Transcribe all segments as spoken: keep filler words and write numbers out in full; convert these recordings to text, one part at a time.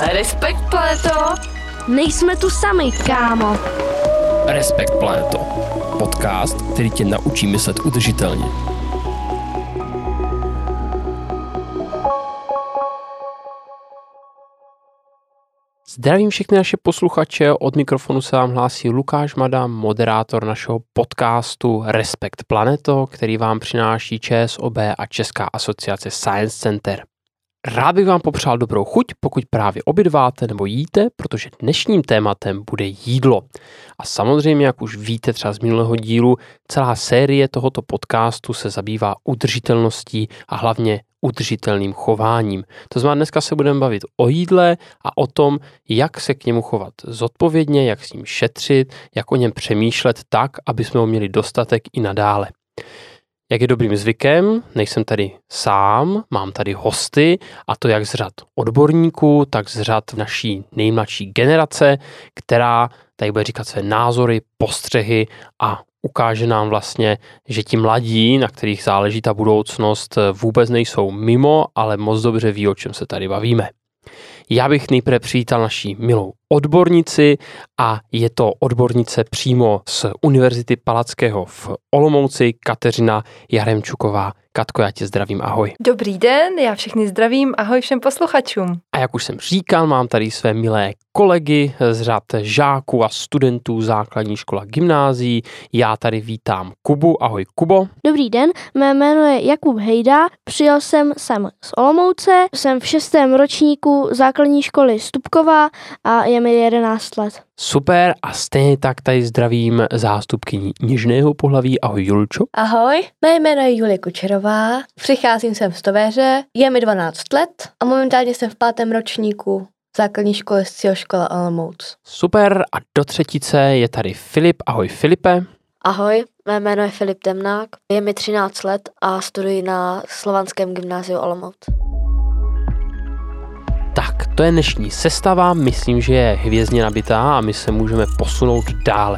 Respekt, Planeto! Nejsme tu sami, kámo. Respekt, Planeto. Podcast, který tě naučí myslet udržitelně. Zdravím všechny naše posluchače, od mikrofonu se vám hlásí Lukáš Madam, moderátor našeho podcastu Respekt, Planeto, který vám přináší ČSOB a Česká asociace Science Center. Rád bych vám popřál dobrou chuť, pokud právě obědváte nebo jíte, protože dnešním tématem bude jídlo. A samozřejmě, jak už víte třeba z minulého dílu, celá série tohoto podcastu se zabývá udržitelností a hlavně udržitelným chováním. To znamená, dneska se budeme bavit o jídle a o tom, jak se k němu chovat zodpovědně, jak s ním šetřit, jak o něm přemýšlet tak, aby jsme ho měli dostatek i nadále. Jak je dobrým zvykem, nejsem tady sám, mám tady hosty, a to jak z řad odborníků, tak z řad naší nejmladší generace, která tady bude říkat své názory, postřehy a ukáže nám vlastně, že ti mladí, na kterých záleží ta budoucnost, vůbec nejsou mimo, ale moc dobře ví, o čem se tady bavíme. Já bych nejprve přivítal naší milou odbornici a je to odbornice přímo z Univerzity Palackého v Olomouci, Kateřina Jaremčuková. Katko, já tě zdravím, ahoj. Dobrý den, já všechny zdravím, ahoj všem posluchačům. A jak už jsem říkal, mám tady své milé kolegy z řad žáků a studentů základní škola gymnázií. Já tady vítám Kubu, ahoj Kubo. Dobrý den, mé jméno je Jakub Hejda, přijel jsem sem z Olomouce, jsem v šestém ročníku základní školy Stupková a je mi jedenáct let. Super, a stejně tak tady zdravím zástupkyni něžného pohlaví, ahoj Julčo. Ahoj, mé jméno je Julie Kučerová, přicházím sem z Tovéře, je mi dvanáct let a momentálně jsem v pátém ročníku základní školy Středoškola Olomouc. Super, a do třetice je tady Filip, ahoj Filipe. Ahoj, mé jméno je Filip Temnák, je mi třináct let a studuji na Slovanském gymnáziu Olomouc. Tak, to je dnešní sestava, myslím, že je hvězdně nabitá a my se můžeme posunout dále.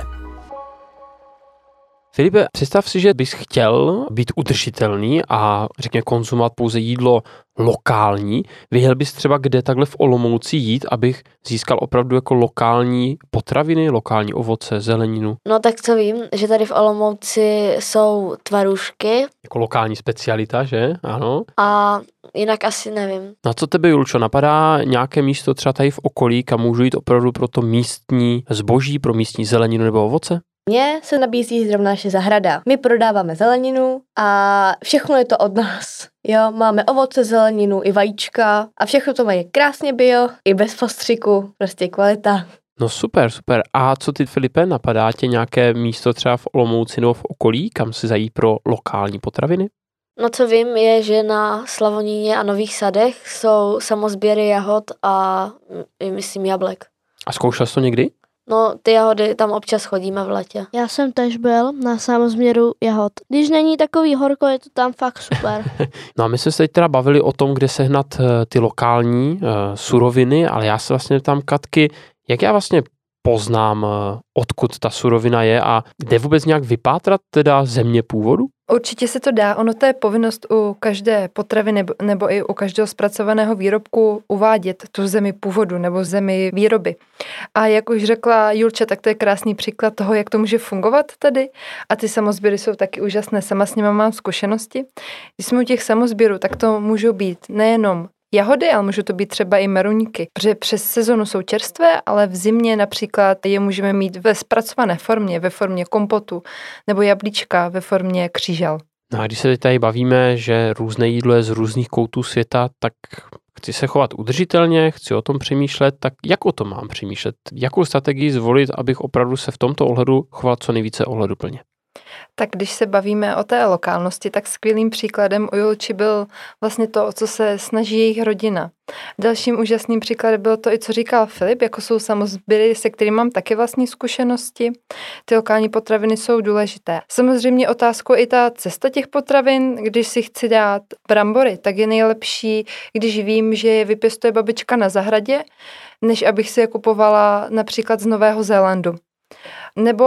Filipe, představ si, že bys chtěl být udržitelný a řekně konzumovat pouze jídlo lokální. Vyjel bys třeba kde takhle v Olomouci jít, abych získal opravdu jako lokální potraviny, lokální ovoce, zeleninu? No tak co vím, že tady v Olomouci jsou tvarůžky. Jako lokální specialita, že? Ano. A jinak asi nevím. Na co tebe, Julčo, napadá nějaké místo třeba tady v okolí, kam můžu jít opravdu pro to místní zboží, pro místní zeleninu nebo ovoce? Mně se nabízí zrovna naše zahrada. My prodáváme zeleninu a všechno je to od nás. Jo, máme ovoce, zeleninu i vajíčka a všechno to mají krásně bio, i bez postřiku, prostě kvalita. No super, super. A co ty, Filipe, napadá tě nějaké místo třeba v Olomouci nebo v okolí, kam si zajít pro lokální potraviny? No co vím je, že na Slavoníně a Nových Sadech jsou samosběry jahod a myslím jablek. A zkoušel jsi to někdy? No, ty jahody tam občas chodíme v letě. Já jsem tež byl na samosběru jahod. Když není takový horko, je to tam fakt super. No a my jsme se teď teda bavili o tom, kde sehnat ty lokální uh, suroviny, ale já se vlastně tam, Katky, jak já vlastně poznám, uh, odkud ta surovina je a jde vůbec nějak vypátrat teda země původu? Určitě se to dá, ono to je povinnost u každé potravy nebo, nebo i u každého zpracovaného výrobku uvádět tu zemi původu nebo zemi výroby. A jak už řekla Julča, tak to je krásný příklad toho, jak to může fungovat tady. A ty samosběry jsou taky úžasné, sama s nimi mám zkušenosti. Když jsme u těch samosběrů, tak to můžou být nejenom jahody, ale můžou to být třeba i meruňky, protože přes sezonu jsou čerstvé, ale v zimě například je můžeme mít ve zpracované formě, ve formě kompotu, nebo jablíčka ve formě křížel. No a když se teď tady bavíme, že různé jídlo je z různých koutů světa, tak chci se chovat udržitelně, chci o tom přemýšlet, tak jak o tom mám přemýšlet? Jakou strategii zvolit, abych opravdu se v tomto ohledu choval co nejvíce ohleduplně? Tak když se bavíme o té lokálnosti, tak skvělým příkladem u Julči byl vlastně to, o co se snaží jejich rodina. Dalším úžasným příkladem bylo to i, co říkal Filip, jako jsou samosběry, se kterými mám taky vlastní zkušenosti. Ty lokální potraviny jsou důležité. Samozřejmě otázkou i ta cesta těch potravin, když si chci dát brambory, tak je nejlepší, když vím, že je vypěstuje babička na zahradě, než abych si je kupovala například z Nového Zélandu. Nebo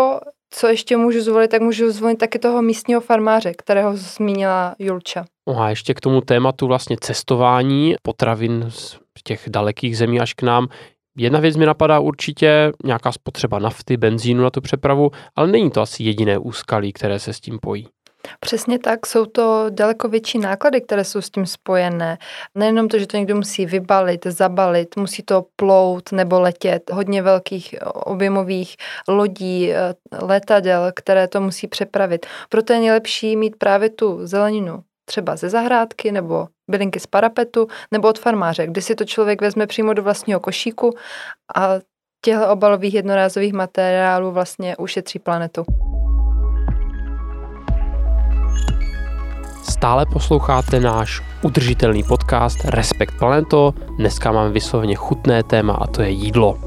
co ještě můžu zvolit, tak můžu zvolit taky toho místního farmáře, kterého zmínila Julča. No a ještě k tomu tématu vlastně cestování potravin z těch dalekých zemí až k nám. Jedna věc mi napadá určitě, nějaká spotřeba nafty, benzínu na tu přepravu, ale není to asi jediné úskalí, které se s tím pojí. Přesně tak, jsou to daleko větší náklady, které jsou s tím spojené. Nejenom to, že to někdo musí vybalit, zabalit, musí to plout nebo letět, hodně velkých objemových lodí, letadel, které to musí přepravit. Proto je nejlepší mít právě tu zeleninu třeba ze zahrádky nebo bylinky z parapetu nebo od farmáře, kdy si to člověk vezme přímo do vlastního košíku a těchto obalových jednorázových materiálů vlastně ušetří planetu. Stále posloucháte náš udržitelný podcast Respekt Planeto. Dneska máme vysloveně chutné téma a to je jídlo.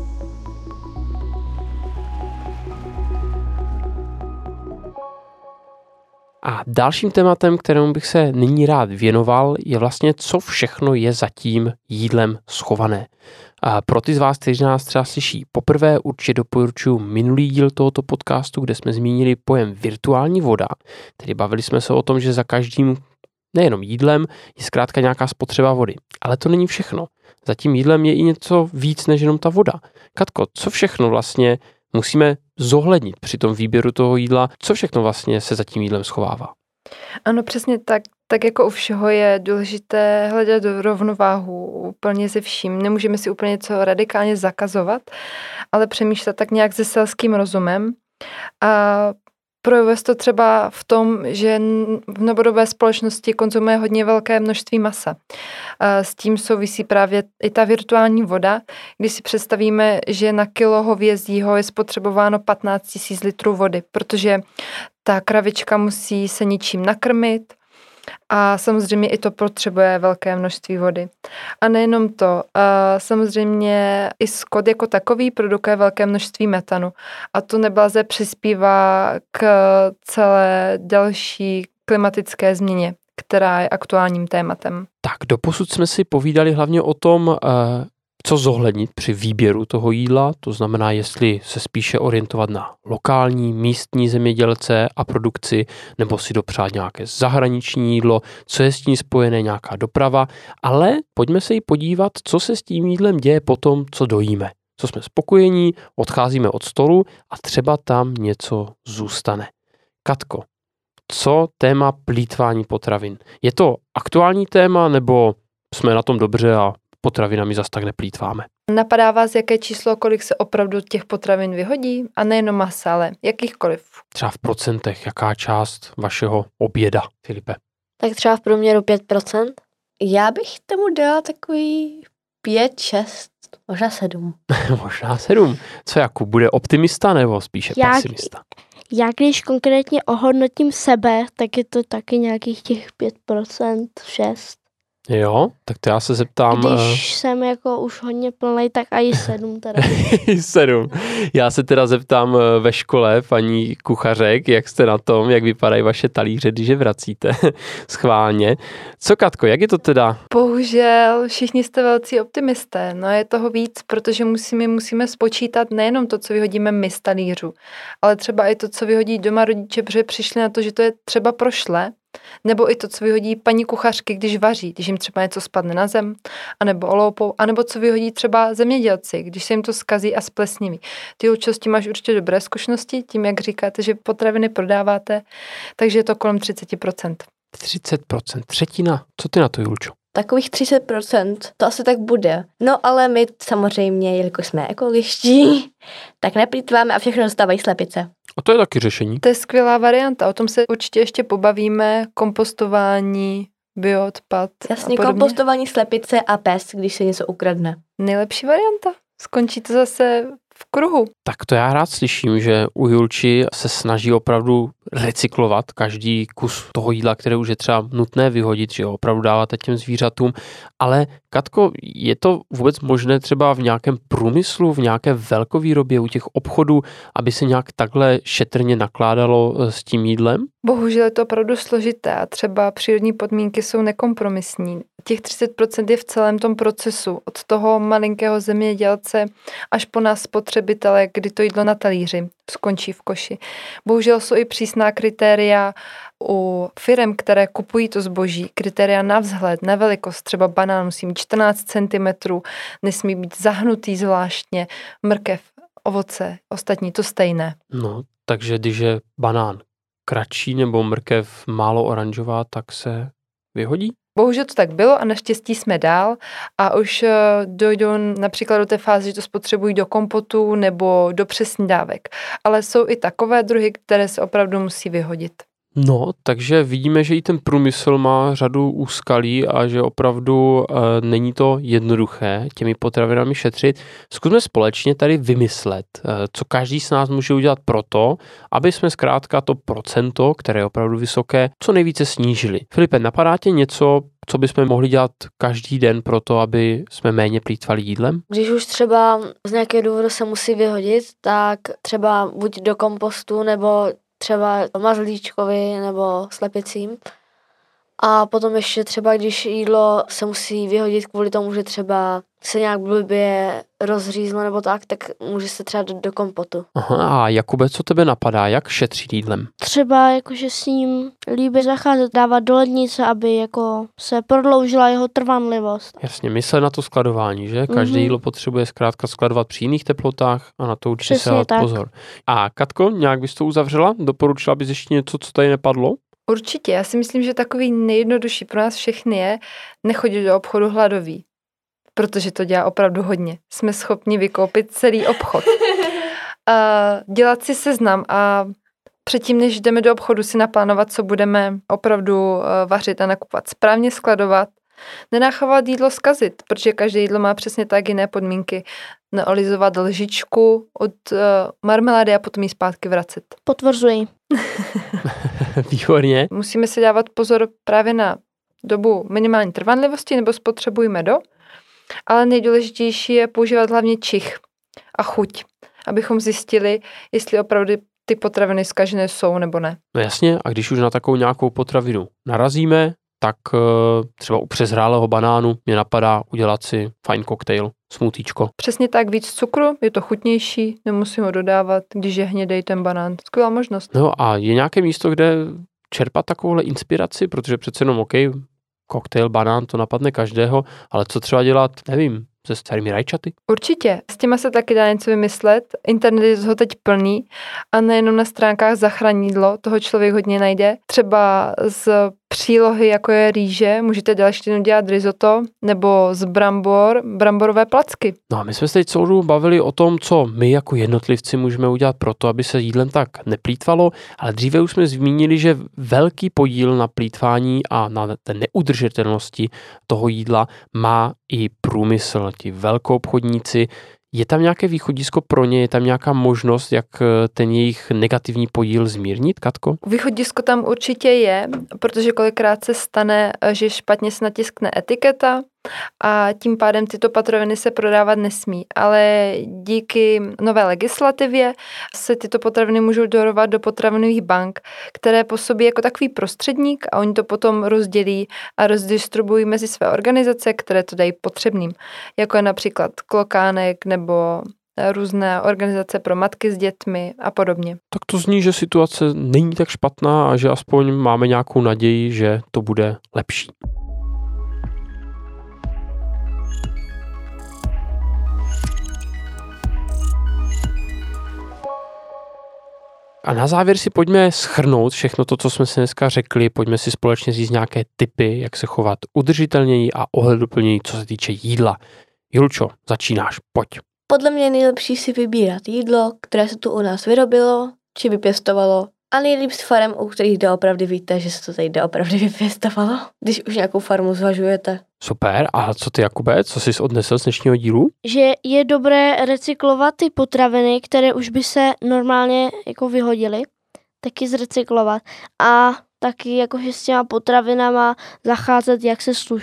A dalším tématem, kterému bych se nyní rád věnoval, je vlastně, co všechno je za tím jídlem schované. A pro ty z vás, kteří nás třeba slyší poprvé, určitě doporučuji minulý díl tohoto podcastu, kde jsme zmínili pojem virtuální voda. Tedy bavili jsme se o tom, že za každým nejenom jídlem je zkrátka nějaká spotřeba vody. Ale to není všechno. Za tím jídlem je i něco víc než jenom ta voda. Katko, co všechno vlastně musíme zohlednit při tom výběru toho jídla, co všechno vlastně se za tím jídlem schovává? Ano, přesně tak. Tak jako u všeho je důležité hledat rovnováhu úplně se vším. Nemůžeme si úplně něco radikálně zakazovat, ale přemýšlet tak nějak se selským rozumem. A projevuje se to třeba v tom, že v novodobé společnosti konzumuje hodně velké množství masa. A s tím souvisí právě i ta virtuální voda, když si představíme, že na kilo hovězího je spotřebováno patnáct tisíc litrů vody, protože ta kravička musí se něčím nakrmit, a samozřejmě i to potřebuje velké množství vody. A nejenom to, a samozřejmě i skot jako takový produkuje velké množství metanu. A to neblaze přispívá k celé další klimatické změně, která je aktuálním tématem. Tak, doposud jsme si povídali hlavně o tom, co zohlednit při výběru toho jídla, to znamená, jestli se spíše orientovat na lokální, místní zemědělce a produkci, nebo si dopřát nějaké zahraniční jídlo, co je s tím spojené, nějaká doprava, ale pojďme se i podívat, co se s tím jídlem děje potom, co dojíme. Co jsme spokojení, odcházíme od stolu a třeba tam něco zůstane. Katko, co téma plýtvání potravin? Je to aktuální téma, nebo jsme na tom dobře a potravinami zas tak neplýtváme? Napadá vás, jaké číslo, kolik se opravdu těch potravin vyhodí? A nejenom masa, ale jakýchkoliv? Třeba v procentech, jaká část vašeho oběda, Filipe? Tak třeba v průměru pět procent. Já bych tomu dala takový pět, šest, možná sedm. Možná sedm. Co Jakub, bude optimista nebo spíše Já- pesimista? Já když konkrétně ohodnotím sebe, tak je to taky nějakých těch pět procent, šest. Jo, tak to já se zeptám. Když jsem jako už hodně plnej, tak i sedm teda. sedm. Já se teda zeptám ve škole paní kuchařek, jak jste na tom, jak vypadají vaše talíře, když je vracíte schválně. Co, Katko, jak je to teda? Bohužel všichni jste velcí optimisté. No je toho víc, protože musíme, musíme spočítat nejenom to, co vyhodíme my z talířů, ale třeba i to, co vyhodí doma rodiče, protože přišli na to, že to je třeba prošlé, nebo i to, co vyhodí paní kuchařky, když vaří, když jim třeba něco spadne na zem, anebo oloupou, anebo co vyhodí třeba zemědělci, když se jim to zkazí a splesniví. Ty, Julčo, s tím máš určitě dobré zkušenosti, tím, jak říkáte, že potraviny prodáváte, takže je to kolem třicet procent. třicet procent, třetina. Co ty na to, Julčo? Takových třicet procent, to asi tak bude. No ale my samozřejmě, jelikož jsme ekologičtí, tak neplýtváme a všechno dostávají slepice. A to je taky řešení. To je skvělá varianta, o tom se určitě ještě pobavíme, kompostování, bioodpad Jasně, a podobně. kompostování slepice a pes, když se něco ukradne. Nejlepší varianta. Skončí to zase v kruhu. Tak to já rád slyším, že u Julči se snaží opravdu recyklovat každý kus toho jídla, které už je třeba nutné vyhodit, že jo, opravdu dáváte těm zvířatům. Ale Katko, je to vůbec možné třeba v nějakém průmyslu, v nějaké velkovýrobě u těch obchodů, aby se nějak takhle šetrně nakládalo s tím jídlem? Bohužel je to opravdu složité a třeba přírodní podmínky jsou nekompromisní. Těch třicet procent je v celém tom procesu, od toho malinkého zemědělce až po nás spotřebitele. spotřebitele, kdy to jídlo na talíři skončí v koši. Bohužel jsou i přísná kritéria u firem, které kupují to zboží, kritéria na vzhled, na velikost, třeba banán musí mít čtrnáct centimetrů, nesmí být zahnutý zvláštně, mrkev, ovoce, ostatní to stejné. No, takže když je banán kratší nebo mrkev málo oranžová, tak se vyhodí? Bohužel to tak bylo a naštěstí jsme dál a už dojdou například do té fáze, že to spotřebují do kompotu nebo do přesných dávek. Ale jsou i takové druhy, které se opravdu musí vyhodit. No, takže vidíme, že i ten průmysl má řadu úskalí a že opravdu e, není to jednoduché těmi potravinami šetřit. Zkusme společně tady vymyslet, e, co každý z nás může udělat proto, aby jsme zkrátka to procento, které je opravdu vysoké, co nejvíce snížili. Filipe, napadá tě něco, co bychom mohli dělat každý den pro to, aby jsme méně plýtvali jídlem? Když už třeba z nějakého důvodu se musí vyhodit, tak třeba buď do kompostu nebo třeba mazlíčkovi nebo slepicím. A potom ještě třeba, když jídlo se musí vyhodit kvůli tomu, že třeba se nějak blbě rozřízlo nebo tak, tak může se třeba do, do kompotu. Aha, a Jakube, co tebe napadá? Jak šetřit jídlem? Třeba jakože s ním líbí zacházet, dávat do lednice, aby jako se prodloužila jeho trvanlivost. Jasně, myslet na to skladování, že? Každé mm-hmm. jídlo potřebuje zkrátka skladovat při jiných teplotách a na to určitě se dát pozor. A Katko, nějak bys to uzavřela? Doporučila bys ještě něco, co tady nepadlo? Určitě, já si myslím, že takový nejjednodušší pro nás všechny je nechodit do obchodu hladový, protože to dělá opravdu hodně. Jsme schopni vykoupit celý obchod. A dělat si seznam a předtím, než jdeme do obchodu, si naplánovat, co budeme opravdu vařit a nakupovat. Správně skladovat, nenechávat jídlo zkazit, protože každé jídlo má přesně tak jiné podmínky. Neolizovat lžičku od uh, marmelády a potom ji zpátky vracet. Potvrzuji. Výborně. Musíme si dávat pozor právě na dobu minimální trvanlivosti nebo spotřebuj medo, ale nejdůležitější je používat hlavně čich a chuť, abychom zjistili, jestli opravdu ty potraviny zkažené jsou nebo ne. No jasně, a když už na takovou nějakou potravinu narazíme, tak třeba u přezrálého banánu mě napadá udělat si fajn koktejl, smutíčko. Přesně tak, víc cukru, je to chutnější, nemusím ho dodávat, když je hnědej ten banán. Skvělá možnost. No a je nějaké místo, kde čerpat takovouhle inspiraci, protože přece jenom OK, koktejl, banán, to napadne každého, ale co třeba dělat, nevím, se starými rajčaty? Určitě. S těma se taky dá něco vymyslet. Internet je toho teď plný a nejenom na stránkách Zachraň jídlo, toho člověk hodně najde. Třeba z přílohy, jako je rýže, můžete další dělat risotto, nebo z brambor, bramborové placky. No a my jsme se teď celou dobu bavili o tom, co my jako jednotlivci můžeme udělat pro to, aby se jídlem tak neplýtvalo, ale dříve už jsme zmínili, že velký podíl na plýtvání a na té neudržitelnosti toho jídla má i průmysl, ti velkoobchodníci. Je tam nějaké východisko pro ně, je tam nějaká možnost, jak ten jejich negativní podíl zmírnit, Katko? Východisko tam určitě je, protože kolikrát se stane, že špatně se natiskne etiketa a tím pádem tyto potraviny se prodávat nesmí. Ale díky nové legislativě se tyto potraviny můžou dorovat do potravinových bank, které působí jako takový prostředník a oni to potom rozdělí a rozdistribuují mezi své organizace, které to dají potřebným, jako je například Klokánek nebo různé organizace pro matky s dětmi a podobně. Tak to zní, že situace není tak špatná a že aspoň máme nějakou naději, že to bude lepší. A na závěr si pojďme shrnout všechno to, co jsme si dneska řekli, pojďme si společně říct nějaké tipy, jak se chovat udržitelněji a ohleduplněji, co se týče jídla. Julčo, začínáš, pojď. Podle mě je nejlepší si vybírat jídlo, které se tu u nás vyrobilo, či vypěstovalo. A nejlíp s farem, u kterých doopravdy víte, že se to tady doopravdy vypěstovalo, když už nějakou farmu zvažujete. Super, a co ty, Jakube, co jsi odnesl z dnešního dílu? Že je dobré recyklovat ty potraviny, které už by se normálně jako vyhodily, taky zrecyklovat. A taky jakože s těma potravinama zacházet, jak se sluší.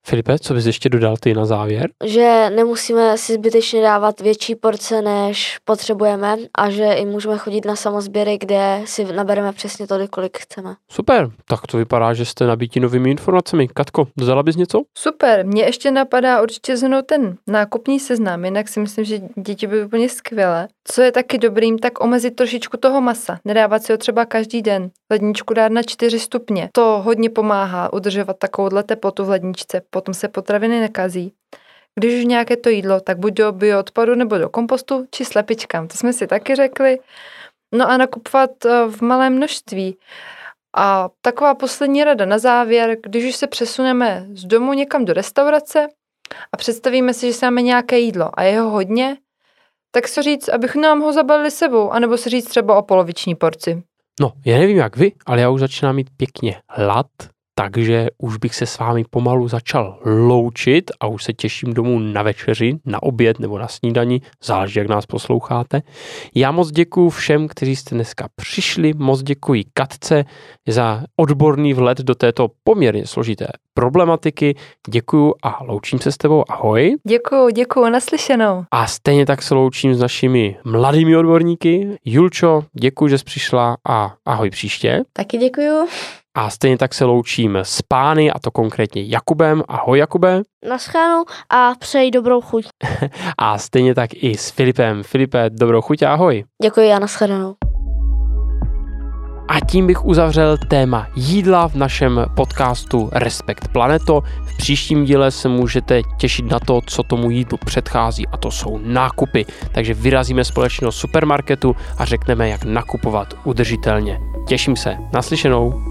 Filipe, co bys ještě dodal ty na závěr? Že nemusíme si zbytečně dávat větší porce, než potřebujeme a že i můžeme chodit na samosběry, kde si nabereme přesně tolik, kolik chceme. Super, tak to vypadá, že jste nabíti novými informacemi. Katko, dodala bys něco? Super, mě ještě napadá určitě zhrnout ten nákupní seznam, jinak si myslím, že děti by úplně skvěle. Co je taky dobrým, tak omezit trošičku toho masa, nedávat si ho třeba každý den, ledničku dát na čtyři stupně. To hodně pomáhá udržovat takovouhle teplotu v ledničce, potom se potraviny nekazí. Když už nějaké to jídlo, tak buď do bioodpadu nebo do kompostu, či slepičkám, to jsme si taky řekli. No a nakupovat v malém množství. A taková poslední rada na závěr, když už se přesuneme z domu někam do restaurace a představíme si, že si máme nějaké jídlo a je ho hodně, tak se říct, abychom nám ho zabalili sebou, anebo se říct třeba o poloviční porci. No, já nevím jak vy, ale já už začínám mít pěkně hlad, takže už bych se s vámi pomalu začal loučit a už se těším domů na večeři, na oběd nebo na snídani, záleží, jak nás posloucháte. Já moc děkuju všem, kteří jste dneska přišli, moc děkuji Katce za odborný vhled do této poměrně složité problematiky. Děkuju a loučím se s tebou, ahoj. Děkuju, děkuju, naslyšenou. A stejně tak se loučím s našimi mladými odborníky. Julčo, děkuju, že jsi přišla a ahoj příště. Taky děkuju. A stejně tak se loučím s pány, a to konkrétně Jakubem. Ahoj Jakube. Naschledanou a přeji dobrou chuť. A stejně tak i s Filipem. Filipe, dobrou chuť a ahoj. Děkuji a naschledanou. A tím bych uzavřel téma jídla v našem podcastu Respekt Planeto. V příštím díle se můžete těšit na to, co tomu jídlu předchází, a to jsou nákupy. Takže vyrazíme společně do supermarketu a řekneme, jak nakupovat udržitelně. Těším se. Naslyšenou.